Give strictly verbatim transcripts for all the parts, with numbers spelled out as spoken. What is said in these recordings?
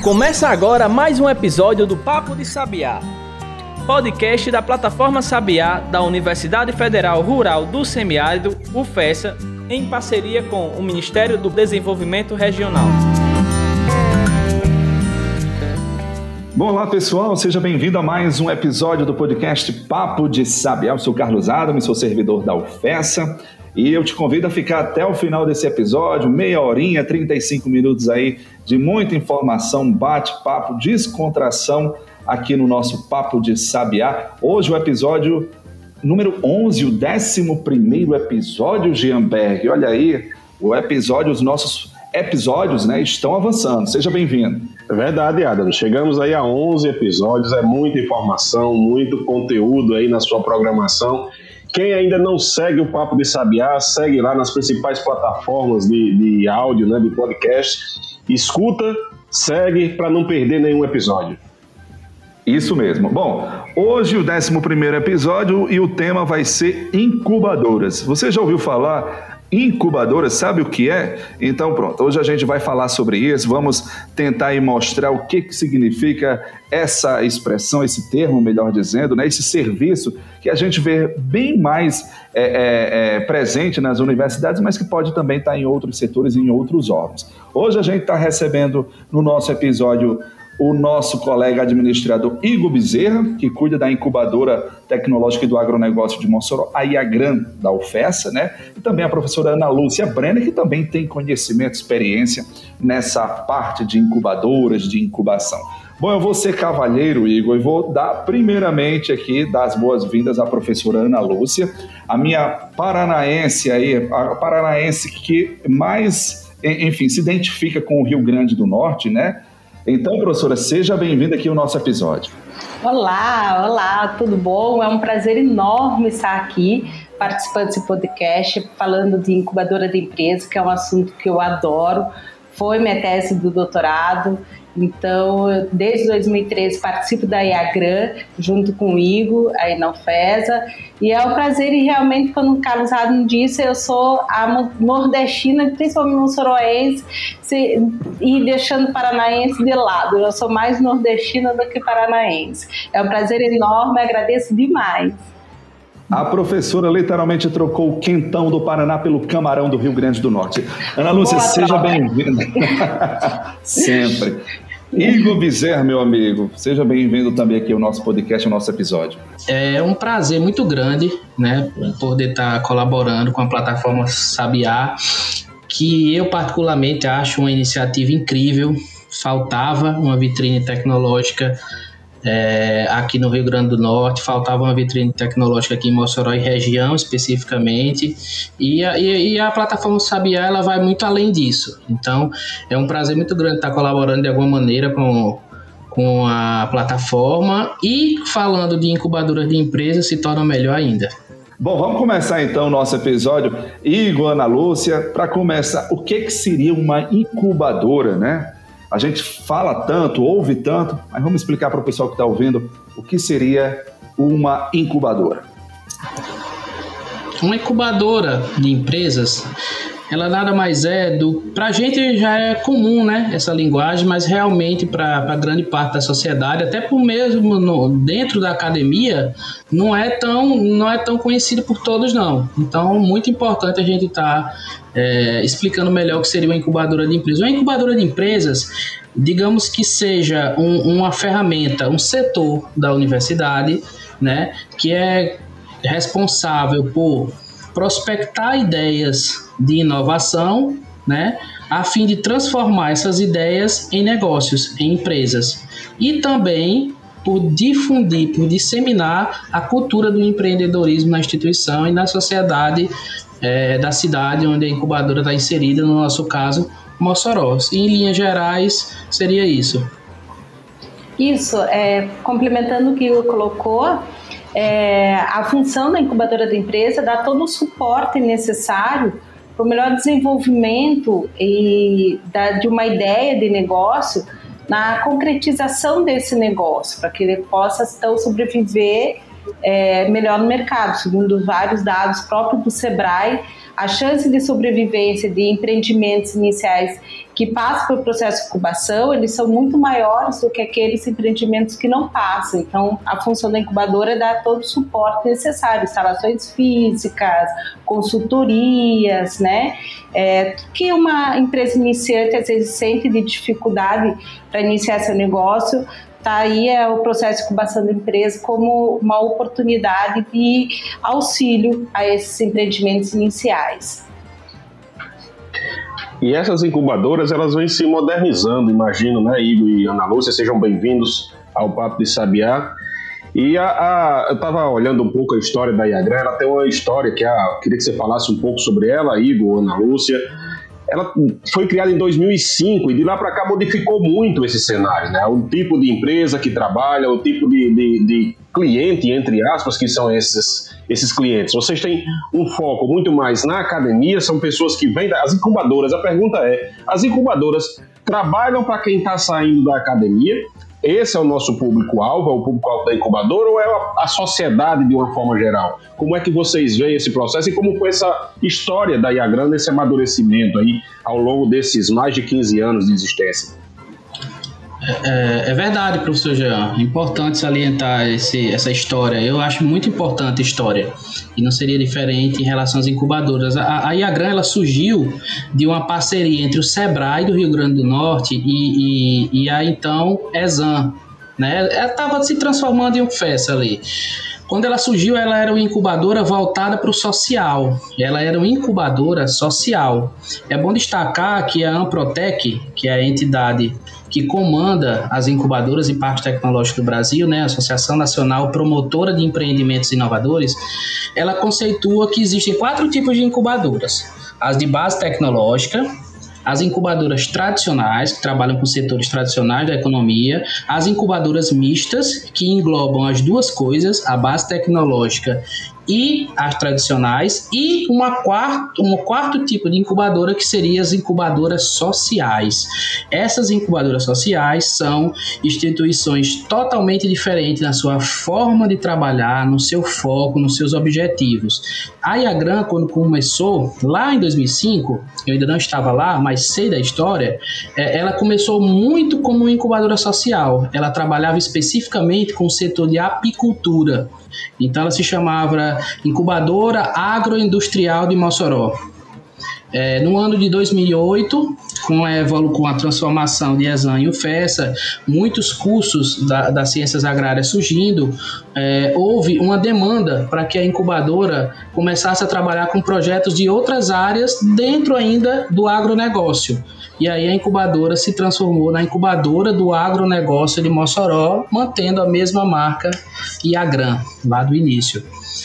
Começa agora mais um episódio do Papo de Sabiá, podcast da plataforma Sabiá da Universidade Federal Rural do Semiárido, UFESA, em parceria com o Ministério do Desenvolvimento Regional. Bom, olá pessoal, seja bem-vindo a mais um episódio do podcast Papo de Sabiá. Eu sou Carlos Adams, sou servidor da UFESA e eu te convido a ficar até o final desse episódio, meia horinha, trinta e cinco minutos aí de muita informação, bate-papo, descontração aqui no nosso Papo de Sabiá. Hoje o episódio número onze, o décimo primeiro episódio, Gianberg. Olha aí, o episódio, os nossos episódios, né, estão avançando. Seja bem-vindo. É verdade, Adam. Chegamos aí a onze episódios, é muita informação, muito conteúdo aí na sua programação. Quem ainda não segue o Papo de Sabiá, segue lá nas principais plataformas de, de áudio, né, de podcast. Escuta, segue para não perder nenhum episódio. Isso mesmo. Bom, hoje o décimo primeiro episódio e o tema vai ser incubadoras. Você já ouviu falar incubadoras? Sabe o que é? Então pronto, hoje a gente vai falar sobre isso, vamos tentar aí mostrar o que, que significa essa expressão, esse termo, melhor dizendo, né? Esse serviço que a gente vê bem mais é, é, é, presente nas universidades, mas que pode também estar em outros setores e em outros órgãos. Hoje a gente está recebendo no nosso episódio o nosso colega administrador Igor Bezerra, que cuida da incubadora tecnológica e do agronegócio de Mossoró, a IAGRAN da UFESA, né? E também a professora Ana Lúcia Brenner, que também tem conhecimento, experiência nessa parte de incubadoras, de incubação. Bom, eu vou ser cavalheiro, Igor, e vou dar primeiramente aqui das boas-vindas à professora Ana Lúcia, a minha paranaense aí, a paranaense que mais, enfim, se identifica com o Rio Grande do Norte, né? Então, professora, seja bem-vinda aqui ao nosso episódio. Olá, olá, tudo bom? É um prazer enorme estar aqui participando desse podcast, falando de incubadora de empresa, que é um assunto que eu adoro. Foi minha tese do doutorado, então, desde dois mil e treze participo da IAGRAN, junto com o Igor, aí na UFESA, e é um prazer, e realmente, quando o Carlos Adams disse, eu sou a nordestina, principalmente moçoroense, e deixando o paranaense de lado. Eu sou mais nordestina do que paranaense. É um prazer enorme, agradeço demais. A professora literalmente trocou o quentão do Paraná pelo camarão do Rio Grande do Norte. Ana Lúcia, Boa seja bem-vinda. Sempre. Igor Bezerra, meu amigo, seja bem-vindo também aqui ao nosso podcast, ao nosso episódio. É um prazer muito grande, né, poder estar colaborando com a plataforma Sabiá, que eu particularmente acho uma iniciativa incrível. Faltava uma vitrine tecnológica É, aqui no Rio Grande do Norte, faltava uma vitrine tecnológica aqui em Mossoró e região especificamente, e a, e, e a plataforma Sabiá, ela vai muito além disso. Então é um prazer muito grande estar colaborando de alguma maneira com, com a plataforma, e falando de incubadoras de empresas se torna melhor ainda. Bom, vamos começar então o nosso episódio. Igor, Ana Lúcia, para começar, o que, que seria uma incubadora, né? A gente fala tanto, ouve tanto, mas vamos explicar para o pessoal que está ouvindo o que seria uma incubadora. Uma incubadora de empresas, ela nada mais é do... Para a gente já é comum, né, essa linguagem, mas realmente para grande parte da sociedade, até por mesmo no, dentro da academia, não é, tão, não é tão conhecido por todos, não. Então, muito importante a gente estar... Tá, É, explicando melhor o que seria uma incubadora de empresas. Uma incubadora de empresas, digamos que seja um, uma ferramenta, um setor da universidade, né, que é responsável por prospectar ideias de inovação, né, a fim de transformar essas ideias em negócios, em empresas. E também por difundir, por disseminar a cultura do empreendedorismo na instituição e na sociedade É, da cidade onde a incubadora está inserida, no nosso caso, Mossoró. E, em linhas gerais, seria isso. Isso, é, complementando o que o colocou, é, a função da incubadora da empresa é dar todo o suporte necessário para o melhor desenvolvimento e da, de uma ideia de negócio, na concretização desse negócio, para que ele possa, então, sobreviver É, melhor no mercado. Segundo vários dados próprios do Sebrae, a chance de sobrevivência de empreendimentos iniciais que passam pelo processo de incubação, eles são muito maiores do que aqueles empreendimentos que não passam. Então, a função da incubadora é dar todo o suporte necessário, instalações físicas, consultorias, né? É, que uma empresa iniciante às vezes sente de dificuldade para iniciar seu negócio. Tá aí é o processo de incubação da empresa como uma oportunidade de auxílio a esses empreendimentos iniciais. E essas incubadoras, elas vêm se modernizando, imagino, né, Igor e Ana Lúcia, sejam bem-vindos ao Papo de Sabiá. E a, a, eu estava olhando um pouco a história da Iagran, ela tem uma história que a, queria que você falasse um pouco sobre ela, Igor, Ana Lúcia. Ela foi criada em dois mil e cinco e de lá para cá modificou muito esse cenário, né? O tipo de empresa que trabalha, o tipo de, de, de cliente, entre aspas, que são esses, esses clientes. Vocês têm um foco muito mais na academia, são pessoas que vêm das incubadoras. A pergunta é, as incubadoras trabalham para quem está saindo da academia? Esse é o nosso público-alvo, é o público-alvo da incubadora ou é a sociedade de uma forma geral? Como é que vocês veem esse processo e como foi essa história da Iagran nesse amadurecimento aí ao longo desses mais de quinze anos de existência? É, é verdade, professor Jean. É importante salientar esse, essa história. Eu acho muito importante a história. E não seria diferente em relação às incubadoras. A, a Iagran, ela surgiu de uma parceria entre o Sebrae do Rio Grande do Norte e, e, e a então Exam, né? Ela estava se transformando em um F E S ali. Quando ela surgiu, ela era uma incubadora voltada para o social. Ela era uma incubadora social. É bom destacar que a Amprotec, que é a entidade que comanda as incubadoras e parques tecnológicos do Brasil, né, a Associação Nacional Promotora de Empreendimentos Inovadores, ela conceitua que existem quatro tipos de incubadoras. As de base tecnológica, as incubadoras tradicionais, que trabalham com setores tradicionais da economia, as incubadoras mistas, que englobam as duas coisas, a base tecnológica e as tradicionais, e uma quarto, um quarto tipo de incubadora, que seria as incubadoras sociais. Essas incubadoras sociais são instituições totalmente diferentes na sua forma de trabalhar, no seu foco, nos seus objetivos. A Iagran, quando começou, lá em dois mil e cinco, eu ainda não estava lá, mas sei da história, ela começou muito como uma incubadora social. Ela trabalhava especificamente com o setor de apicultura. Então ela se chamava Incubadora Agroindustrial de Mossoró. É, no ano de dois mil e oito, com a, evolu- com a transformação de Exam e UFESA, muitos cursos da, das ciências agrárias surgindo, é, houve uma demanda para que a incubadora começasse a trabalhar com projetos de outras áreas dentro ainda do agronegócio. E aí a incubadora se transformou na incubadora do agronegócio de Mossoró, mantendo a mesma marca Iagran, lá do início.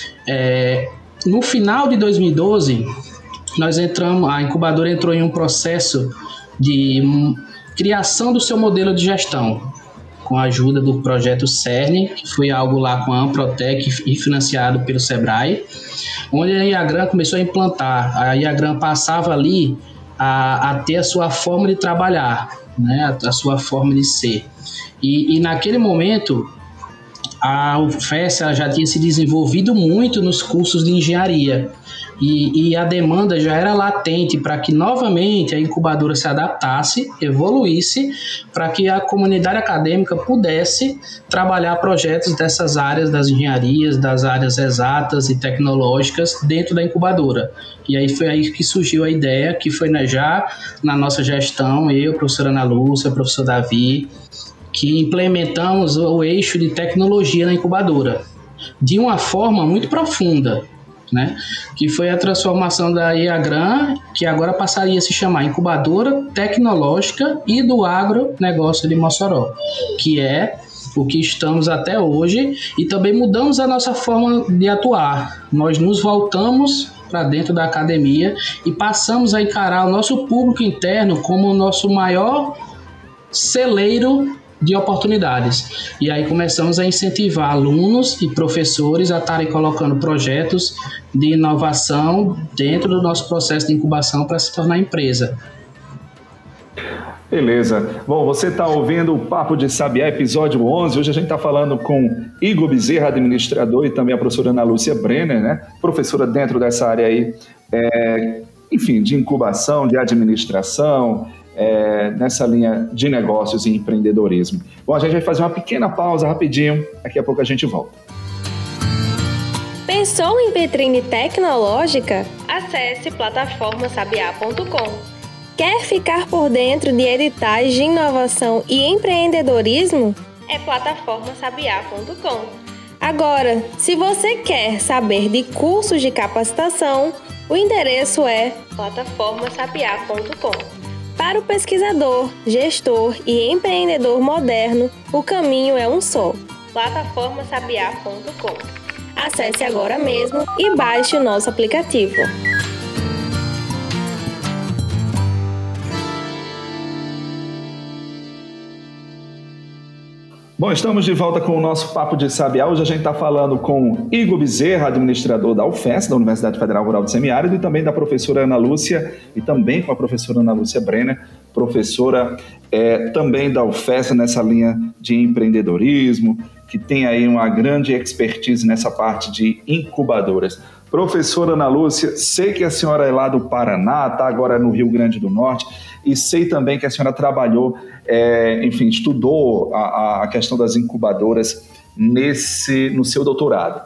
É, no final de dois mil e doze, nós entramos, a incubadora entrou em um processo de criação do seu modelo de gestão, com a ajuda do projeto CERN, que foi algo lá com a Amprotec e financiado pelo Sebrae, onde a Iagran começou a implantar. A Iagran passava ali a, a ter a sua forma de trabalhar, né, a, a sua forma de ser. E, e naquele momento, a UFESA já tinha se desenvolvido muito nos cursos de engenharia. E, e a demanda já era latente para que novamente a incubadora se adaptasse, evoluísse, para que a comunidade acadêmica pudesse trabalhar projetos dessas áreas das engenharias, das áreas exatas e tecnológicas dentro da incubadora. E aí foi aí que surgiu a ideia, que foi já na nossa gestão, eu, professora Ana Lúcia, professor Davi, que implementamos o eixo de tecnologia na incubadora, de uma forma muito profunda, né? Que foi a transformação da Iagran, que agora passaria a se chamar Incubadora Tecnológica e do Agronegócio de Mossoró, que é o que estamos até hoje, e também mudamos a nossa forma de atuar. Nós nos voltamos para dentro da academia e passamos a encarar o nosso público interno como o nosso maior celeiro de oportunidades. E aí começamos a incentivar alunos e professores a estarem colocando projetos de inovação dentro do nosso processo de incubação para se tornar empresa. Beleza. Bom, você está ouvindo o Papo de Sabiá, episódio onze. Hoje a gente está falando com Igor Bezerra, administrador, e também a professora Ana Lúcia Brenner, né? Professora dentro dessa área aí é, enfim, de incubação, de administração, é, nessa linha de negócios e empreendedorismo. Bom, a gente vai fazer uma pequena pausa rapidinho, daqui a pouco a gente volta. Pensou em vitrine tecnológica? Acesse plataforma sabiá ponto com. Quer ficar por dentro de editais de inovação e empreendedorismo? É plataforma sabiá ponto com. Agora, se você quer saber de cursos de capacitação, o endereço é plataforma sabiá ponto com. Para o pesquisador, gestor e empreendedor moderno, o caminho é um só: plataforma sabiá ponto com. Acesse agora mesmo e baixe o nosso aplicativo. Bom, estamos de volta com o nosso Papo de Sabiá. Hoje a gente está falando com Igor Bezerra, administrador da U F E S, da Universidade Federal Rural do Semiárido, e também da professora Ana Lúcia, e também com a professora Ana Lúcia Brenner, professora é, também da U F E S nessa linha de empreendedorismo, que tem aí uma grande expertise nessa parte de incubadoras. Professora Ana Lúcia, sei que a senhora é lá do Paraná, está agora no Rio Grande do Norte, e sei também que a senhora trabalhou, é, enfim, estudou a, a questão das incubadoras nesse, no seu doutorado.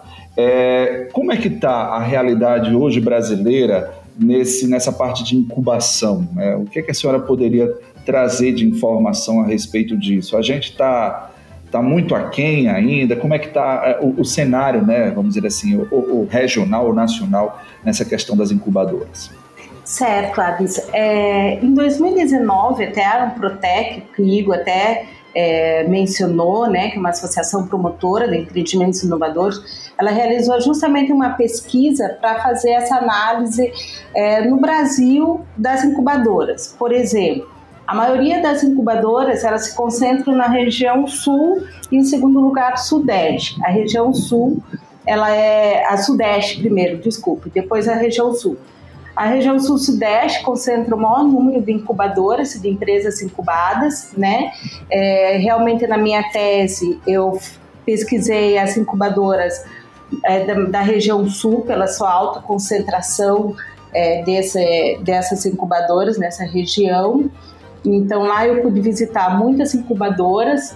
É, como é que está a realidade hoje brasileira nesse, nessa parte de incubação? É, o que, é que a senhora poderia trazer de informação a respeito disso? A gente está... Está muito aquém ainda? Como é que está o, o cenário, né, vamos dizer assim, o, o regional, o nacional, nessa questão das incubadoras? Certo, Clarice. É, em dois mil e dezenove, até a Protec, que o Igor até é, mencionou, né, que é uma associação promotora de empreendimentos inovadores, ela realizou justamente uma pesquisa para fazer essa análise é, no Brasil das incubadoras. Por exemplo, a maioria das incubadoras, elas se concentram na região sul e, em segundo lugar, sudeste. A região sul, ela é a sudeste primeiro, desculpe, depois a região sul. A região sul-sudeste concentra o maior número de incubadoras, de empresas incubadas, né? É, realmente, na minha tese, eu pesquisei as incubadoras é, da, da região sul, pela sua alta concentração é, desse, dessas incubadoras nessa região. Então, lá eu pude visitar muitas incubadoras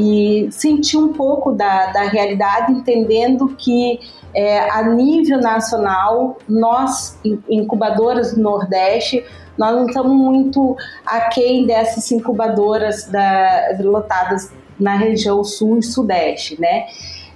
e sentir um pouco da, da realidade, entendendo que é, a nível nacional, nós, incubadoras do Nordeste, nós não estamos muito aquém dessas incubadoras da, lotadas na região Sul e Sudeste, né?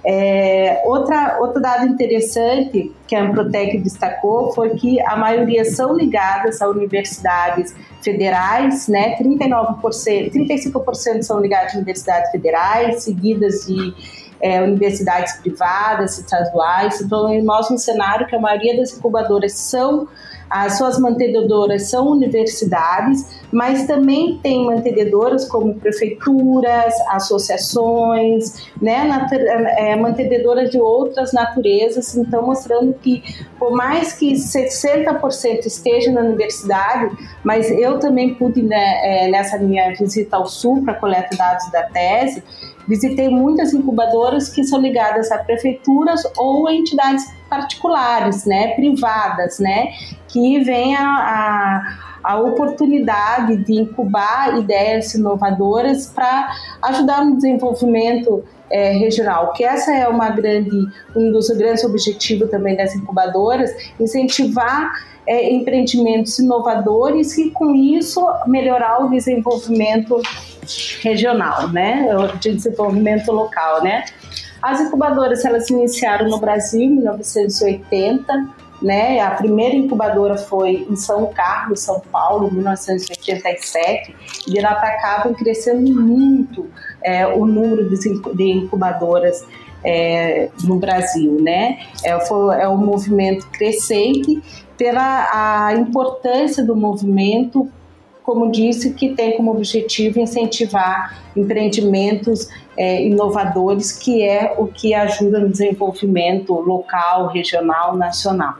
É, outra, outro dado interessante que a Amprotec destacou foi que a maioria são ligadas a universidades federais, né? trinta e nove por cento, trinta e cinco por cento são ligadas a universidades federais, seguidas de é, universidades privadas, estaduais. Então, mostra um cenário que a maioria das incubadoras são, as suas mantenedoras são universidades, mas também tem mantenedoras como prefeituras, associações, né, é, mantenedoras de outras naturezas. Então, mostrando que, por mais que sessenta por cento esteja na universidade, mas eu também pude, né, nessa minha visita ao Sul para coleta de dados da tese, visitei muitas incubadoras que são ligadas a prefeituras ou a entidades particulares, né, privadas, né, que vem a, a, a oportunidade de incubar ideias inovadoras para ajudar no desenvolvimento é, regional, que essa é uma grande, um dos grandes objetivos também das incubadoras, incentivar é, empreendimentos inovadores e, com isso, melhorar o desenvolvimento regional, né, de desenvolvimento local, né. As incubadoras, elas se iniciaram no Brasil em mil novecentos e oitenta, né? A primeira incubadora foi em São Carlos, São Paulo, em mil novecentos e oitenta e sete, e de lá para cá vem crescendo muito é, o número de incubadoras é, no Brasil, né? É, foi, é um movimento crescente pela a importância do movimento, como disse, que tem como objetivo incentivar empreendimentos é, inovadores, que é o que ajuda no desenvolvimento local, regional, nacional.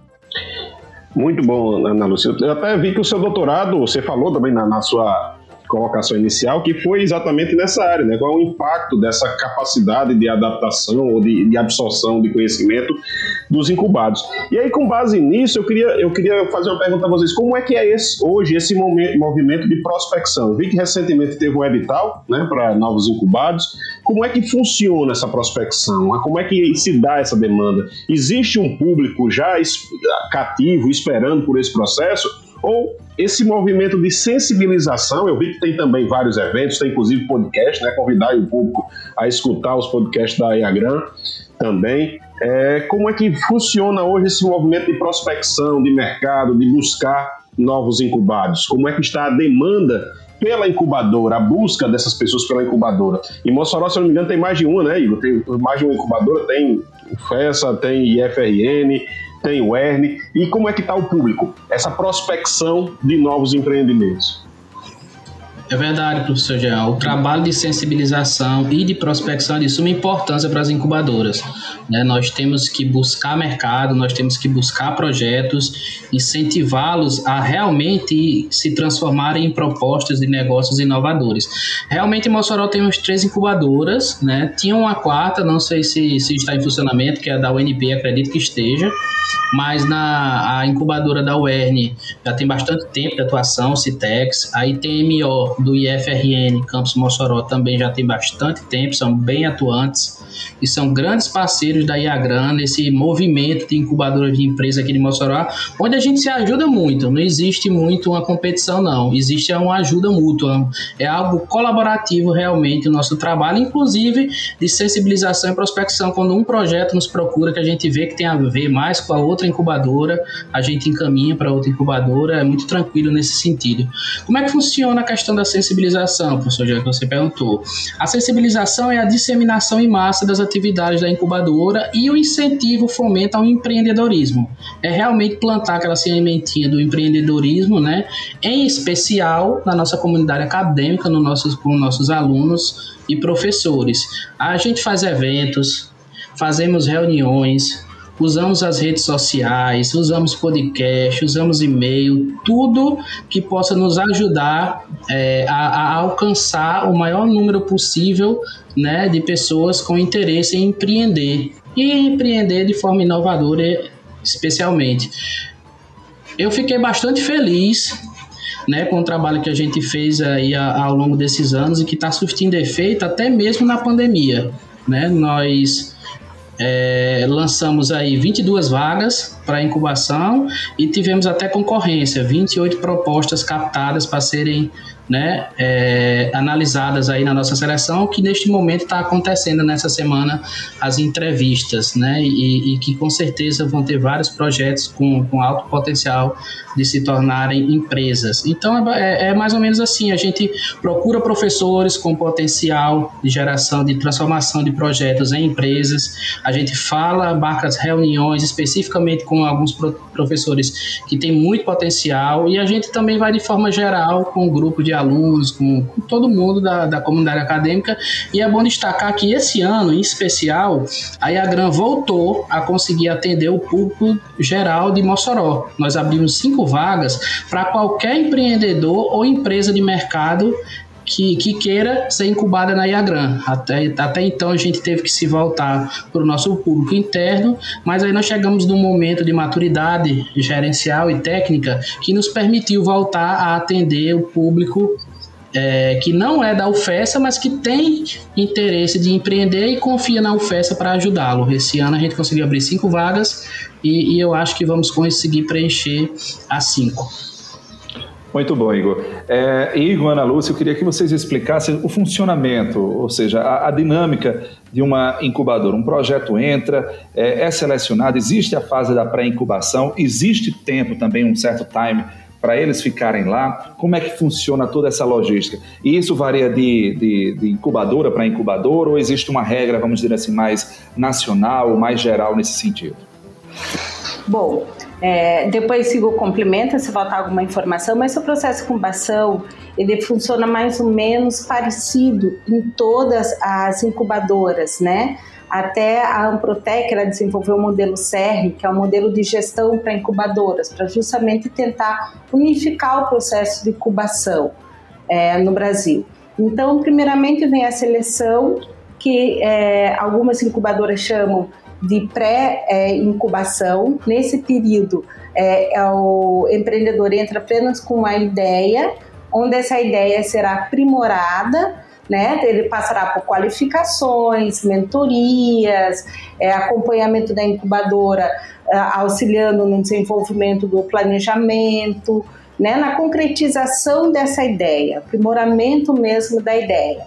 Muito bom, Ana Lúcia. Eu até vi que o seu doutorado, você falou também na, na sua colocação inicial, que foi exatamente nessa área, né? Qual é o impacto dessa capacidade de adaptação ou de, de absorção de conhecimento dos incubados. E aí, com base nisso, eu queria, eu queria fazer uma pergunta a vocês. Como é que é esse, hoje esse momento, movimento de prospecção? Eu vi que recentemente teve um edital, né, para novos incubados. Como é que funciona essa prospecção? Como é que se dá essa demanda? Existe um público já cativo, esperando por esse processo? Ou esse movimento de sensibilização, eu vi que tem também vários eventos, tem inclusive podcast, né, convidar o público a escutar os podcasts da IAGRAN também. É, como é que funciona hoje esse movimento de prospecção, de mercado, de buscar novos incubados? Como é que está a demanda pela incubadora, a busca dessas pessoas pela incubadora? Em Mossoró, se eu não me engano, tem mais de uma, né, Igor? Tem mais de uma incubadora, tem o FESA, tem I F R N, tem o E R N. E como é que está o público? Essa prospecção de novos empreendimentos. É verdade, professor Jean. O trabalho de sensibilização e de prospecção é de suma importância para as incubadoras, né? Nós temos que buscar mercado, nós temos que buscar projetos, incentivá-los a realmente se transformarem em propostas de negócios inovadores. Realmente, em Mossoró temos três incubadoras, né? Tinha uma quarta, não sei se, se está em funcionamento, que é a da U N B, acredito que esteja, mas na a incubadora da U E R N já tem bastante tempo de atuação, Citex. Aí tem M O do I F R N, Campus Mossoró, também já tem bastante tempo, são bem atuantes e são grandes parceiros da IAGRAN nesse movimento de incubadora de empresa aqui de Mossoró, onde a gente se ajuda muito. Não existe muito uma competição, não. Existe uma ajuda mútua. É algo colaborativo realmente o nosso trabalho, inclusive de sensibilização e prospecção. Quando um projeto nos procura que a gente vê que tem a ver mais com a outra incubadora, a gente encaminha para outra incubadora. É muito tranquilo nesse sentido. Como é que funciona a questão da sensibilização, professor Jean, que você perguntou? A sensibilização é a disseminação em massa das atividades da incubadora e o incentivo fomenta ao empreendedorismo. É realmente plantar aquela sementinha do empreendedorismo, né? Em especial na nossa comunidade acadêmica, no nossos, com nossos alunos e professores. A gente faz eventos, fazemos reuniões, usamos as redes sociais, usamos podcast, usamos e-mail, tudo que possa nos ajudar é, a, a alcançar o maior número possível, né, de pessoas com interesse em empreender e empreender de forma inovadora especialmente. Eu fiquei bastante feliz, né, com o trabalho que a gente fez aí ao longo desses anos e que está surtindo efeito até mesmo na pandemia, né? Nós É, lançamos aí vinte e duas vagas para incubação e tivemos até concorrência, vinte e oito propostas captadas para serem, né, é, analisadas aí na nossa seleção, que neste momento está acontecendo nessa semana as entrevistas, né, e, e que com certeza vão ter vários projetos com, com alto potencial de se tornarem empresas. Então é, é mais ou menos assim, a gente procura professores com potencial de geração, de transformação de projetos em empresas, a gente fala, marca reuniões especificamente com alguns pro- professores que têm muito potencial e a gente também vai de forma geral com um grupo de alunos, com, com todo mundo da, da comunidade acadêmica. E é bom destacar que esse ano, em especial, a IAGRAN voltou a conseguir atender o público geral de Mossoró. Nós abrimos cinco vagas para qualquer empreendedor ou empresa de mercado Que, que queira ser incubada na IAGRAN. Até, até então a gente teve que se voltar para o nosso público interno, mas aí nós chegamos num momento de maturidade gerencial e técnica que nos permitiu voltar a atender o público é, que não é da UFESA, mas que tem interesse de empreender e confia na UFESA para ajudá-lo. Esse ano a gente conseguiu abrir cinco vagas e, e eu acho que vamos conseguir preencher as cinco. Muito bom, Igor. É, Igor, Ana Lúcia, eu queria que vocês explicassem o funcionamento, ou seja, a, a dinâmica de uma incubadora. Um projeto entra, é, é selecionado, existe a fase da pré-incubação, existe tempo também, um certo time, para eles ficarem lá. Como é que funciona toda essa logística? E isso varia de, de, de incubadora para incubadora ou existe uma regra, vamos dizer assim, mais nacional, mais geral nesse sentido? Bom, é, depois sigo complementa se faltar alguma informação, mas o processo de incubação ele funciona mais ou menos parecido em todas as incubadoras, né? Até a Amprotec ela desenvolveu o modelo C E R, que é um modelo de gestão para incubadoras, para justamente tentar unificar o processo de incubação. é, no Brasil. Então, primeiramente vem a seleção, que é, algumas incubadoras chamam de pré-incubação. Nesse período, é, é o empreendedor entra apenas com uma ideia, onde essa ideia será aprimorada, né? Ele passará por qualificações, mentorias, é, acompanhamento da incubadora, é, auxiliando no desenvolvimento do planejamento, né? Na concretização dessa ideia, aprimoramento mesmo da ideia.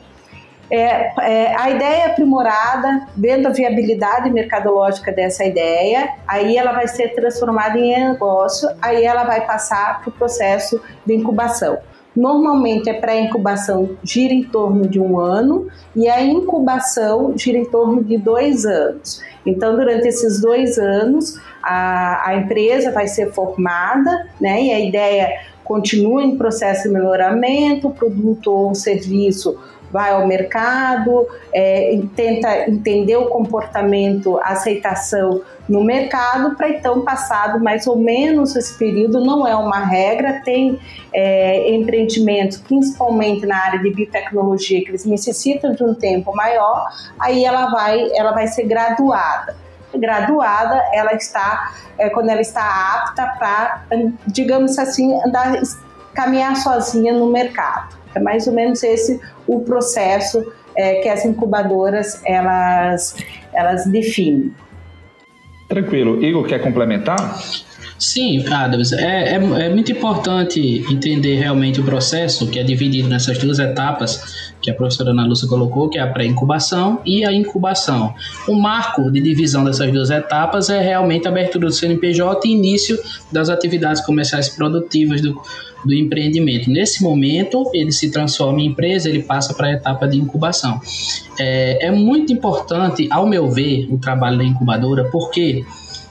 É, é, a ideia é aprimorada, vendo a viabilidade mercadológica dessa ideia, aí ela vai ser transformada em negócio, aí ela vai passar para o processo de incubação. Normalmente a pré-incubação gira em torno de um ano e a incubação gira em torno de dois anos. Então, durante esses dois anos, a, a empresa vai ser formada, né, e a ideia continua em processo de melhoramento, o produto ou serviço vai ao mercado, é, tenta entender o comportamento, a aceitação no mercado, para então, passado mais ou menos esse período, não é uma regra, tem é, empreendimentos, principalmente na área de biotecnologia, que eles necessitam de um tempo maior, aí ela vai, ela vai ser graduada. Graduada, ela está, é, quando ela está apta para, digamos assim, andar, caminhar sozinha no mercado. É mais ou menos esse o processo é, que as incubadoras elas, elas definem. Tranquilo. Igor, quer complementar? Sim, Adams, é, é, é muito importante entender realmente o processo, que é dividido nessas duas etapas que a professora Ana Lúcia colocou, que é a pré-incubação e a incubação. O marco de divisão dessas duas etapas é realmente a abertura do C N P J e início das atividades comerciais produtivas do, do empreendimento. Nesse momento, ele se transforma em empresa, ele passa para a etapa de incubação. É, é muito importante, ao meu ver, o trabalho da incubadora, porque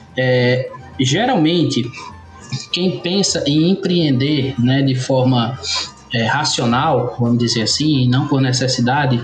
é, geralmente quem pensa em empreender, né, de forma é, racional, vamos dizer assim, e não por necessidade,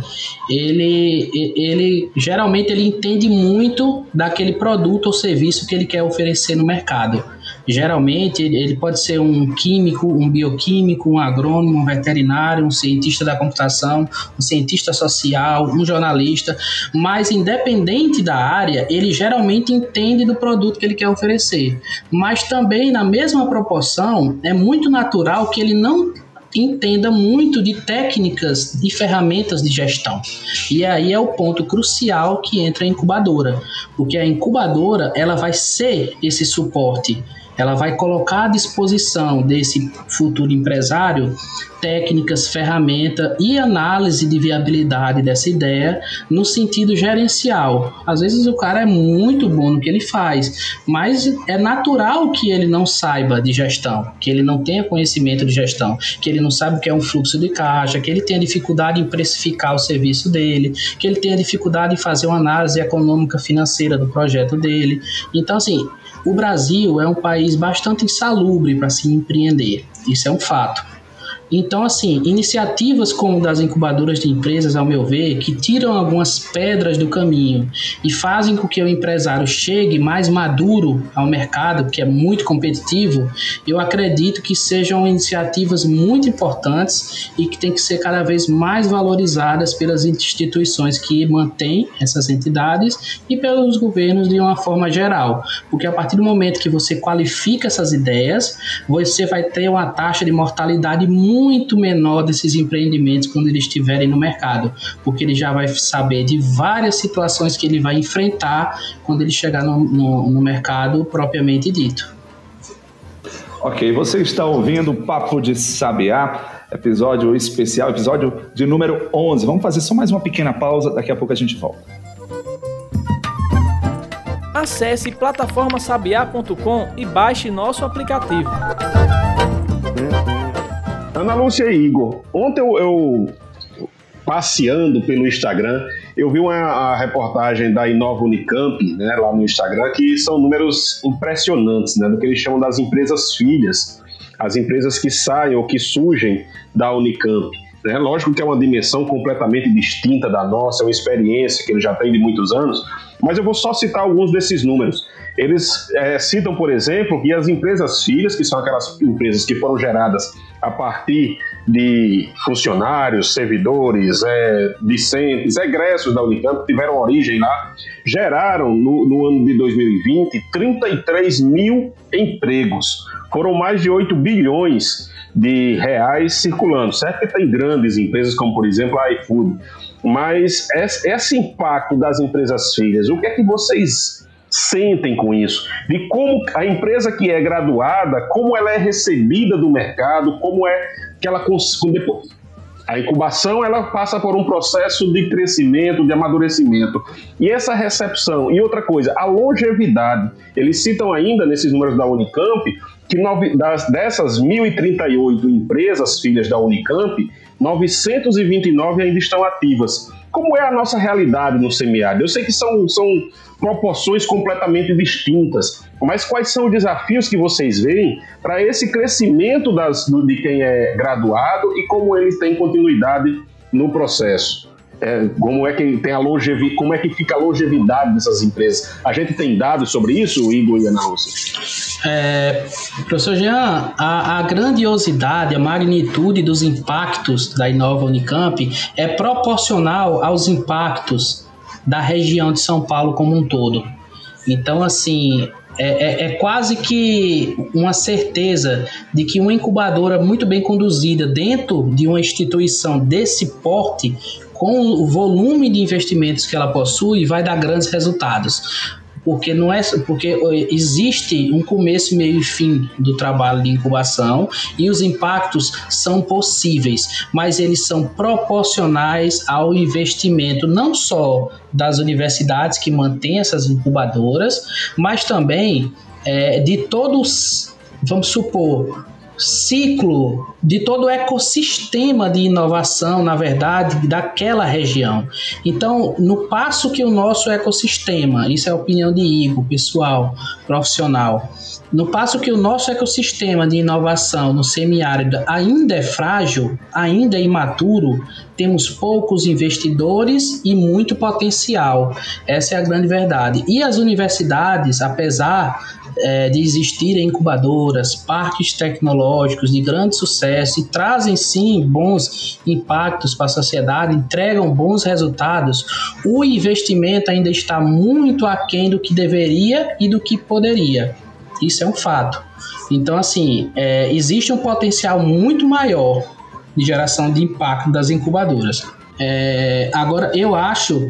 ele, ele geralmente ele entende muito daquele produto ou serviço que ele quer oferecer no mercado. Geralmente ele pode ser um químico, um bioquímico, um agrônomo, um veterinário, um cientista da computação, um cientista social, um jornalista, mas independente da área, ele geralmente entende do produto que ele quer oferecer. Mas também, na mesma proporção, é muito natural que ele não entenda muito de técnicas e ferramentas de gestão. E aí é o ponto crucial que entra a incubadora, porque a incubadora ela vai ser esse suporte. Ela vai colocar à disposição desse futuro empresário técnicas, ferramenta e análise de viabilidade dessa ideia no sentido gerencial. Às vezes o cara é muito bom no que ele faz, mas é natural que ele não saiba de gestão, que ele não tenha conhecimento de gestão, que ele não sabe o que é um fluxo de caixa, que ele tenha dificuldade em precificar o serviço dele, que ele tenha dificuldade em fazer uma análise econômica financeira do projeto dele. Então, assim, o Brasil é um país bastante insalubre para se empreender. Isso é um fato. Então, assim, iniciativas como das incubadoras de empresas, ao meu ver, que tiram algumas pedras do caminho e fazem com que o empresário chegue mais maduro ao mercado, que é muito competitivo, eu acredito que sejam iniciativas muito importantes e que têm que ser cada vez mais valorizadas pelas instituições que mantêm essas entidades e pelos governos de uma forma geral. Porque a partir do momento que você qualifica essas ideias, você vai ter uma taxa de mortalidade muito muito menor desses empreendimentos quando eles estiverem no mercado, porque ele já vai saber de várias situações que ele vai enfrentar quando ele chegar no, no, no mercado propriamente dito. Ok, você está ouvindo o Papo de Sabiá, episódio especial, episódio de número onze. Vamos fazer só mais uma pequena pausa, daqui a pouco a gente volta. Acesse plataforma sabiá ponto com e baixe nosso aplicativo. Ana Lúcia e Igor, ontem eu, eu passeando pelo Instagram, eu vi uma a reportagem da Inova Unicamp, né, lá no Instagram, que são números impressionantes, né, do que eles chamam das empresas filhas, as empresas que saem ou que surgem da Unicamp. né? Lógico que é uma dimensão completamente distinta da nossa, é uma experiência que ele já tem de muitos anos, mas eu vou só citar alguns desses números. Eles é, citam, por exemplo, que as empresas filhas, que são aquelas empresas que foram geradas a partir de funcionários, servidores, é, discentes, egressos da Unicamp, que tiveram origem lá, geraram no, no ano de dois mil e vinte trinta e três mil empregos. Foram mais de oito bilhões de reais circulando. Certo que tem grandes empresas, como por exemplo a iFood, mas esse impacto das empresas filhas, o que é que vocês sentem com isso? De como a empresa que é graduada, como ela é recebida do mercado, como é que ela... Depois, a incubação, ela passa por um processo de crescimento, de amadurecimento. E essa recepção, e outra coisa, a longevidade. Eles citam ainda, nesses números da Unicamp, que nove, das, dessas mil e trinta e oito empresas filhas da Unicamp, novecentas e vinte e nove ainda estão ativas. Como é a nossa realidade no semiárido? Eu sei que são, são proporções completamente distintas, mas quais são os desafios que vocês veem para esse crescimento das, de quem é graduado e como ele tem continuidade no processo? É, como é que tem a longevidade, como é que fica a longevidade dessas empresas? A gente tem dados sobre isso, Igor e Ana Lúcia? É, professor Jean, a, a grandiosidade, a magnitude dos impactos da Inova Unicamp é proporcional aos impactos da região de São Paulo como um todo. Então, assim, é, é, é quase que uma certeza de que uma incubadora muito bem conduzida dentro de uma instituição desse porte, com o volume de investimentos que ela possui, vai dar grandes resultados. Porque, não é, porque existe um começo, meio e fim do trabalho de incubação e os impactos são possíveis, mas eles são proporcionais ao investimento não só das universidades que mantêm essas incubadoras, mas também é, de todos, vamos supor, ciclo de todo o ecossistema de inovação, na verdade, daquela região. Então, no passo que o nosso ecossistema, isso é a opinião de Igor, pessoal, profissional, no passo que o nosso ecossistema de inovação no semiárido ainda é frágil, ainda é imaturo, temos poucos investidores e muito potencial. Essa é a grande verdade. E as universidades, apesar é, de existirem incubadoras, parques tecnológicos de grande sucesso e trazem sim bons impactos para a sociedade, entregam bons resultados, o investimento ainda está muito aquém do que deveria e do que poderia. Isso é um fato. Então, assim, é, existe um potencial muito maior de geração de impacto das incubadoras. É, agora, eu acho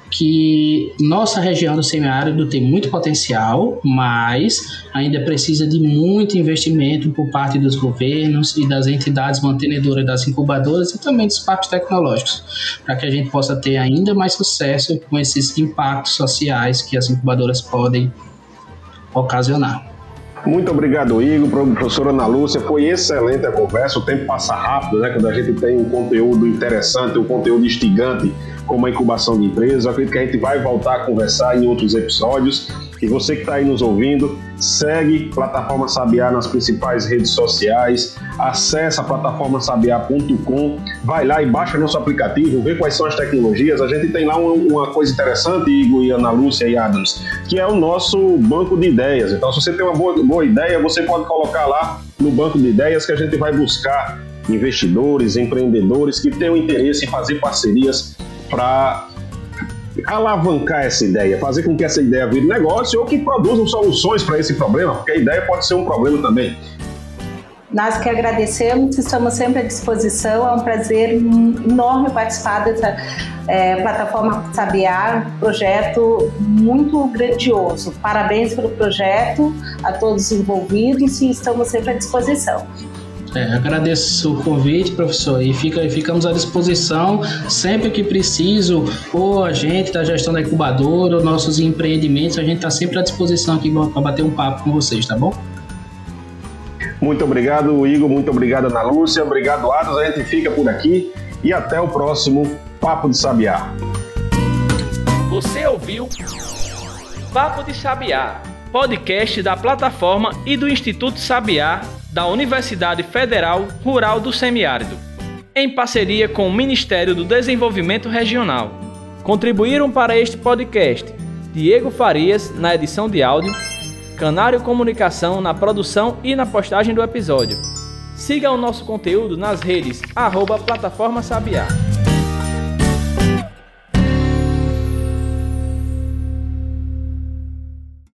que nossa região do semiárido tem muito potencial, mas ainda precisa de muito investimento por parte dos governos e das entidades mantenedoras das incubadoras e também dos parques tecnológicos, para que a gente possa ter ainda mais sucesso com esses impactos sociais que as incubadoras podem ocasionar. Muito obrigado, Igor, professora Ana Lúcia, foi excelente a conversa, o tempo passa rápido, né, quando a gente tem um conteúdo interessante, um conteúdo instigante, como a incubação de empresas. Eu acredito que a gente vai voltar a conversar em outros episódios, e você que está aí nos ouvindo, segue a Plataforma Sabiá nas principais redes sociais, acessa a plataforma sabiá ponto com, vai lá e baixa nosso aplicativo, vê quais são as tecnologias. A gente tem lá uma, uma coisa interessante, Igor e Ana Lúcia e Adams, que é o nosso banco de ideias. Então, se você tem uma boa, boa ideia, você pode colocar lá no banco de ideias que a gente vai buscar investidores, empreendedores que tenham interesse em fazer parcerias para alavancar essa ideia, fazer com que essa ideia vire negócio ou que produzam soluções para esse problema, porque a ideia pode ser um problema também. Nós que agradecemos, estamos sempre à disposição, é um prazer enorme participar dessa é, plataforma Sabiá, projeto muito grandioso. Parabéns pelo projeto, a todos os envolvidos, e estamos sempre à disposição. É, agradeço o convite, professor, e fica, ficamos à disposição sempre que preciso, ou a gente da gestão da incubadora, ou nossos empreendimentos, a gente está sempre à disposição aqui para bater um papo com vocês, tá bom? Muito obrigado, Igor, muito obrigado, Ana Lúcia, obrigado, Adas, a gente fica por aqui e até o próximo Papo de Sabiá. Você ouviu Papo de Sabiá, podcast da plataforma e do Instituto Sabiá da Universidade Federal Rural do Semiárido. em parceria com o Ministério do Desenvolvimento Regional. Contribuíram para este podcast Diego Farias na edição de áudio, Canário Comunicação na produção e na postagem do episódio. Siga o nosso conteúdo nas redes arroba Plataforma Sabiá.